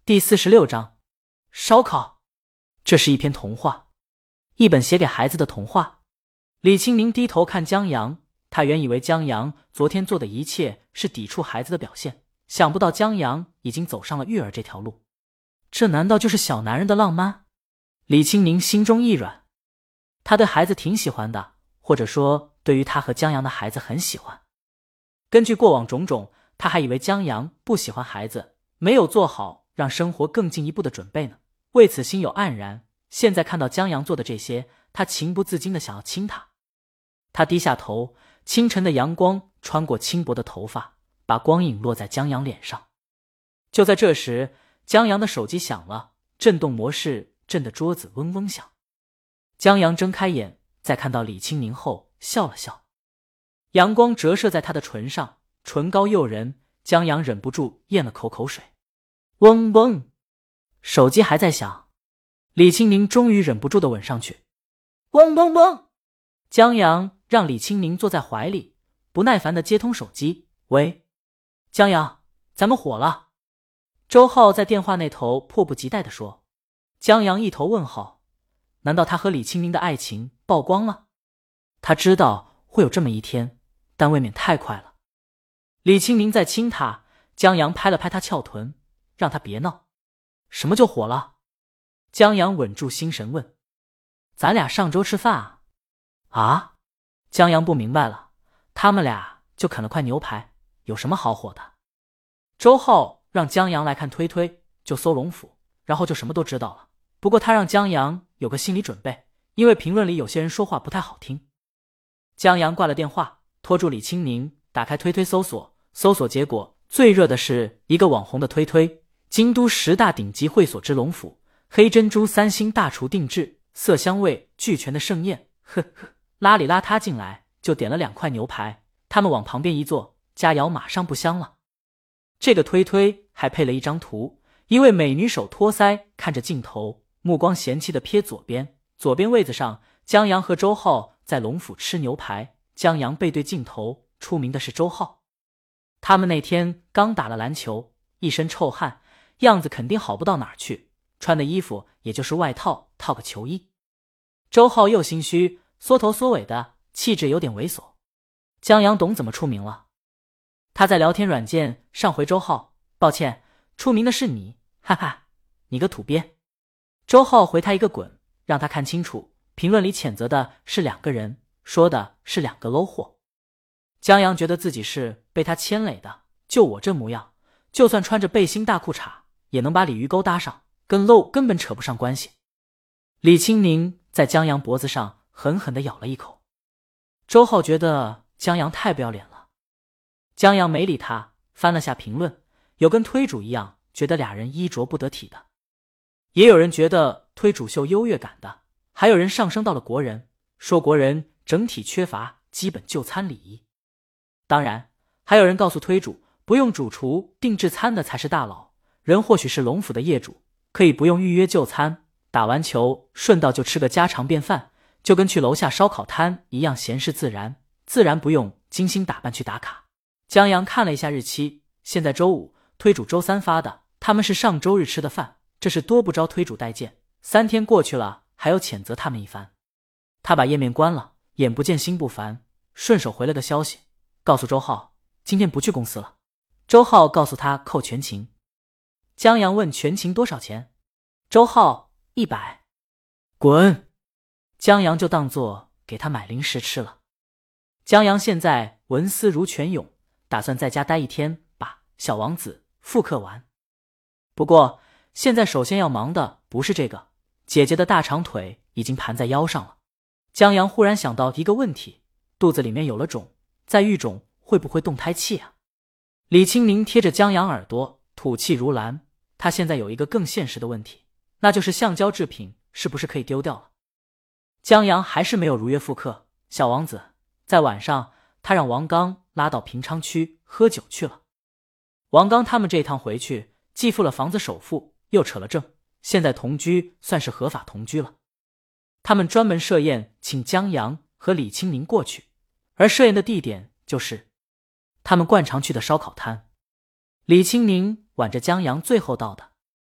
第46章烧烤。这是一篇童话，一本写给孩子的童话。李清明低头看江阳，他原以为江阳昨天做的一切是抵触孩子的表现，想不到江阳已经走上了育儿这条路。这难道就是小男人的浪漫？李清明心中一软，他对孩子挺喜欢的，或者说对于他和江阳的孩子很喜欢。根据过往种种，他还以为江阳不喜欢孩子，没有做好让生活更进一步的准备呢，为此心有黯然。现在看到江阳做的这些，他情不自禁地想要亲他。他低下头，清晨的阳光穿过轻薄的头发，把光影落在江阳脸上。就在这时，江阳的手机响了，震动模式震得桌子嗡嗡响。江阳睁开眼，在看到李清明后笑了笑，阳光折射在他的唇上，唇膏诱人，江阳忍不住咽了口水。嗡嗡，手机还在响，李清明终于忍不住地吻上去。嗡嗡嗡，江阳让李清明坐在怀里，不耐烦地接通手机。喂，江阳，咱们火了。周浩在电话那头迫不及待地说。江阳一头问号，难道他和李清明的爱情曝光了？他知道会有这么一天，但未免太快了。李清明在亲他，江阳拍了拍他翘臀，让他别闹。什么就火了？江阳稳住心神问。咱俩上周吃饭啊？啊？江阳不明白了，他们俩就啃了块牛排，有什么好火的？周浩让江阳来看推推，就搜龙府，然后就什么都知道了。不过他让江阳有个心理准备，因为评论里有些人说话不太好听。江阳挂了电话，拖住李清明，打开推推搜索，搜索结果最热的是一个网红的推推，京都10大顶级会所之龙府，黑珍珠3星大厨定制，色香味俱全的盛宴。呵呵，邋里邋遢进来就点了2块牛排，他们往旁边一坐，佳肴马上不香了。这个推推还配了一张图，一位美女手托腮看着镜头，目光嫌弃地瞥左边，左边位子上江阳和周浩在龙府吃牛排，江阳背对镜头，出名的是周浩。他们那天刚打了篮球，一身臭汗，样子肯定好不到哪儿去，穿的衣服也就是外套套个球衣。周浩又心虚，缩头缩尾的，气质有点猥琐。江阳懂怎么出名了。他在聊天软件上回周浩，抱歉，出名的是你，哈哈，你个土鳖。周浩回他一个滚，让他看清楚，评论里谴责的是2个人，说的是2个 low 货。江阳觉得自己是被他牵累的，就我这模样，就算穿着背心大裤衩，也能把鲤鱼钩搭上，跟 low 根本扯不上关系。李清明在江阳脖子上狠狠地咬了一口。周浩觉得江阳太不要脸了。江阳没理他，翻了下评论，有跟推主一样觉得俩人衣着不得体的，也有人觉得推主秀优越感的，还有人上升到了国人，说国人整体缺乏基本就餐礼仪。当然还有人告诉推主，不用主厨定制餐的才是大佬，人或许是龙府的业主，可以不用预约就餐，打完球顺道就吃个家常便饭，就跟去楼下烧烤摊一样闲适自然，自然不用精心打扮去打卡。江阳看了一下日期，现在周五，推主周3发的，他们是上周日吃的饭，这是多不招推主待见，3天过去了还要谴责他们一番。他把页面关了，眼不见心不烦，顺手回了个消息，告诉周浩今天不去公司了。周浩告诉他扣全勤。江阳问全勤多少钱，周浩100。滚！江阳就当作给他买零食吃了。江阳现在文思如泉涌，打算在家待1天，把小王子复刻完。不过现在首先要忙的不是这个，姐姐的大长腿已经盘在腰上了。江阳忽然想到一个问题，肚子里面有了肿，再育肿会不会动胎气啊？李清明贴着江阳耳朵，吐气如兰。他现在有一个更现实的问题，那就是橡胶制品是不是可以丢掉了？江阳还是没有如约复刻小王子。在晚上，他让王刚拉到平昌区喝酒去了。王刚他们这一趟回去，既付了房子首付，又扯了证，现在同居算是合法同居了。他们专门设宴请江阳和李清明过去，而设宴的地点就是他们惯常去的烧烤摊。李清明挽着江阳最后到的。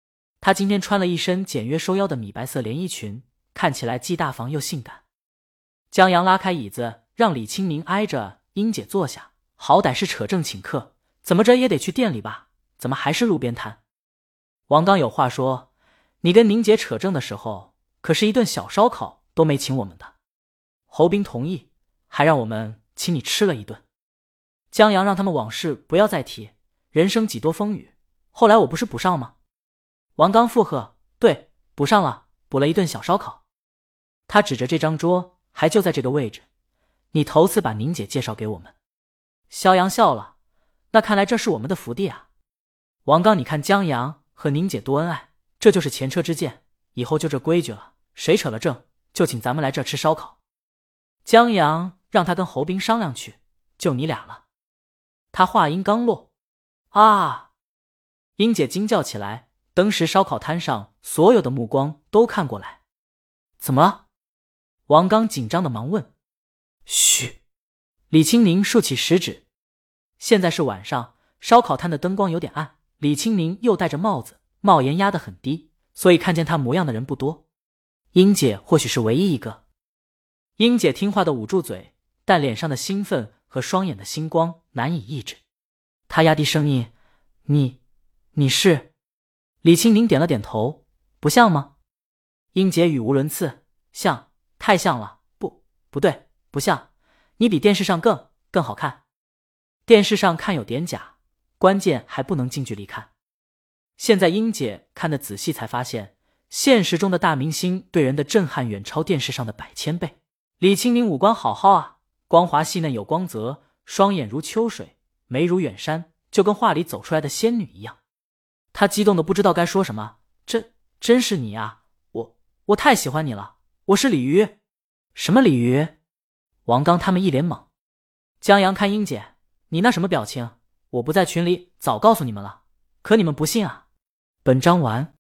她今天穿了一身简约收腰的米白色连衣裙，看起来既大方又性感。江阳拉开椅子，让李清明挨着英姐坐下，好歹是扯正请客，怎么着也得去店里吧，怎么还是路边摊？王刚有话说，你跟宁姐扯正的时候，可是一顿小烧烤都没请我们的。侯斌同意，还让我们请你吃了一顿。江阳让他们往事不要再提，人生几多风雨，后来我不是补上吗？王刚附和，对，补上了，补了一顿小烧烤。他指着这张桌，还就在这个位置，你头次把宁姐介绍给我们。萧阳笑了，那看来这是我们的福地啊。王刚，你看江阳和宁姐多恩爱，这就是前车之鉴，以后就这规矩了，谁扯了正，就请咱们来这吃烧烤。江阳让他跟侯斌商量去，就你俩了。他话音刚落，啊！英姐惊叫起来，当时烧烤摊上所有的目光都看过来。怎么了？王刚紧张的忙问。嘘！李清宁竖起食指。现在是晚上，烧烤摊的灯光有点暗，李清宁又戴着帽子，帽檐压得很低，所以看见他模样的人不多。英姐或许是唯一一个。英姐听话的捂住嘴，但脸上的兴奋和双眼的星光难以抑制。她压低声音，你是？李清宁点了点头，不像吗？英姐语无伦次，像，太像了，不对，不像，你比电视上更好看。电视上看有点假，关键还不能近距离看。现在英姐看得仔细才发现，现实中的大明星对人的震撼远超电视上的100千倍。李清明五官好好啊，光滑细嫩有光泽，双眼如秋水，眉如远山，就跟画里走出来的仙女一样。她激动的不知道该说什么，真是你啊，我太喜欢你了，我是鲤鱼。什么鲤鱼？王刚他们一脸懵。江阳看英姐，你那什么表情？我不在群里早告诉你们了，可你们不信啊。本章完。